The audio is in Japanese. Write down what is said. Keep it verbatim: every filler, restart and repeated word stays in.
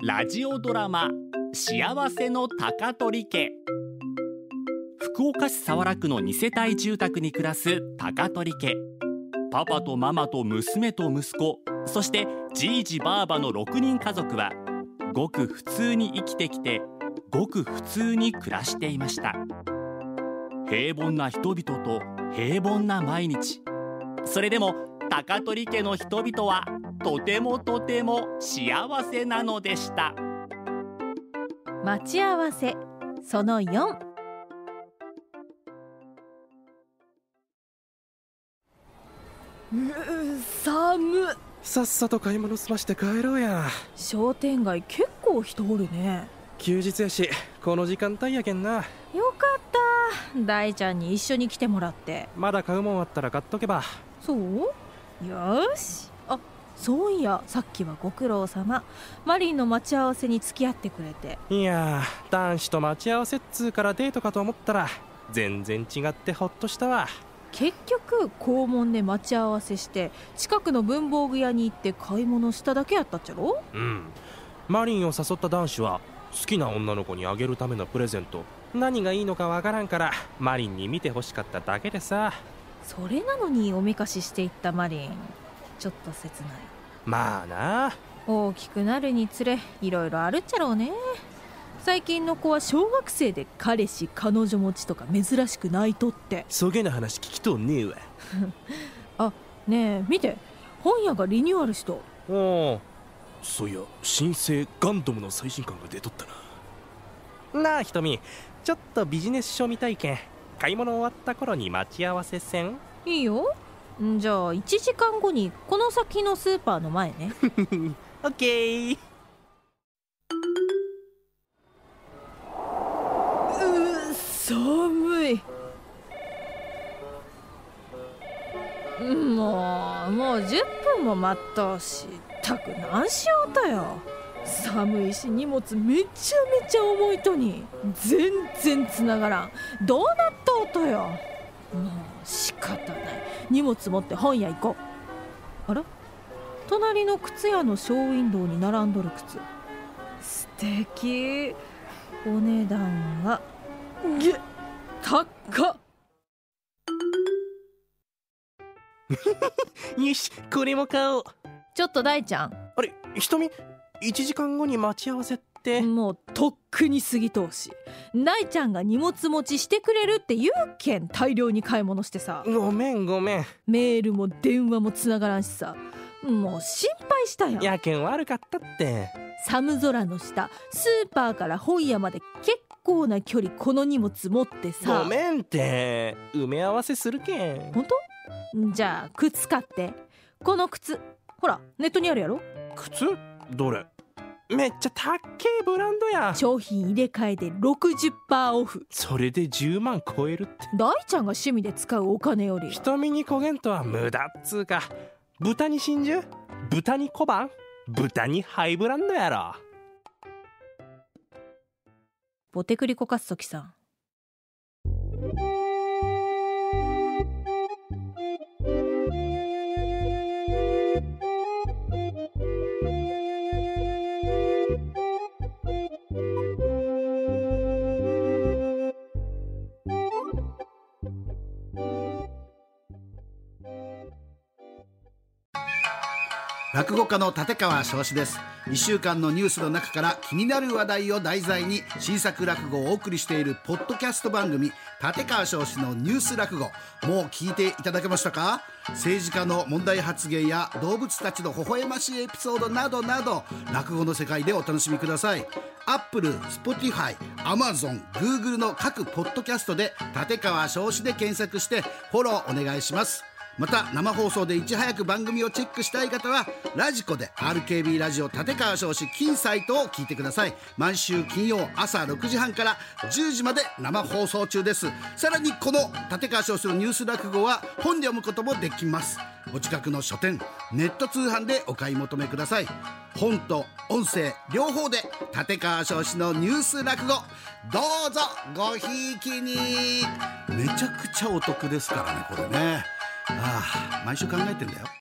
ラジオドラマ幸せの高取家。福岡市早良区のに世帯住宅に暮らす高取家。パパとママと娘と息子、そしてじいじばあばのろくにん家族はごく普通に生きてきて、ごく普通に暮らしていました。平凡な人々と平凡な毎日。それでも高取家の人々はとてもとても幸せなのでした。 待ち合わせそのよん。う寒っ。 さっさと買い物済まして帰ろうや。 商店街結構人おるね。 休日やしこの時間帯やけんな。 よかった、大ちゃんに一緒に来てもらって。 まだ買うもんあったら買っとけば。 そう？よし。あ、そういやさっきはご苦労様。マリンの待ち合わせに付き合ってくれて。 いやー、男子と待ち合わせっつうからデートかと思ったら全然違ってほっとしたわ。 結局校門で待ち合わせして近くの文房具屋に行って買い物しただけやったっちゃろ。 うん。マリンを誘った男子は好きな女の子にあげるためのプレゼント、何がいいのかわからんからマリンに見てほしかっただけでさ。 それなのにおめかししていったマリン、ちょっと切ない。 まあな。 大きくなるにつれいろいろあるっちゃろうね。最近の子は小学生で彼氏彼女持ちとか珍しくないとって。 そげな話聞きとんねえわあ、ねえ見て、本屋がリニューアルしと。 おお、そういや新生ガンダムの最新刊が出とったな。なあひとみ、ちょっとビジネス書見たいけん買い物終わった頃に待ち合わせせん？ いいよ。んじゃあいちじかんごにこの先のスーパーの前ねオッケー。 うー寒い。もうもうじゅっぷんも待っとうし、ったく何しようとよ。寒いし荷物めちゃめちゃ重いとに全然つながらん。どうなっとうとよ。もう仕方ない、荷物持って本屋行こう。あら、隣の靴屋のショーウィンドウに並んどる靴、素敵。お値段はげっ高っよし、これも買おう。 ちょっと大ちゃん、 あれひとみ、いちじかんごに待ち合わせって。 もうとっくに過ぎとうし、大ちゃんが荷物持ちしてくれるって言うけん大量に買い物してさ。 ごめんごめん。 メールも電話もつながらんしさ、もう心配したやん。 やけん悪かったって。 寒空の下、スーパーから本屋まで結構な距離この荷物持ってさ。 ごめんって、埋め合わせするけん。 本当？じゃあ靴買って。この靴ほらネットにあるやろ。 靴？どれ？めっちゃたっけえブランドや。 商品入れ替えで ろくじゅっパーセント オフ。 それでじゅうまん超えるって。 大ちゃんが趣味で使うお金より瞳に焦げんとは無駄っつうか。豚に真珠、豚に小判、豚にハイブランドやろ。 ボテクリコカッソキさん。 落語家の立川翔志です。いっしゅうかんのニュースの中から気になる話題を題材に新作落語をお送りしているポッドキャスト番組、立川翔志のニュース落語、もう聞いていただけましたか？政治家の問題発言や動物たちの微笑ましいエピソードなどなど、落語の世界でお楽しみください。アップル、スポティファイ、アマゾン、グーグルの各ポッドキャストで立川翔志で検索してフォローお願いします。また生放送でいち早く番組をチェックしたい方はラジコで アールケービー ラジオ立川翔志金サイトを聞いてください。毎週金曜朝ろくじはんからじゅうじまで生放送中です。さらにこの立川翔志のニュース落語は本で読むこともできます。お近くの書店、ネット通販でお買い求めください。本と音声両方で立川翔志のニュース落語、どうぞごひいきに。めちゃくちゃお得ですからね、これね。ああ、毎週考えてんだよ。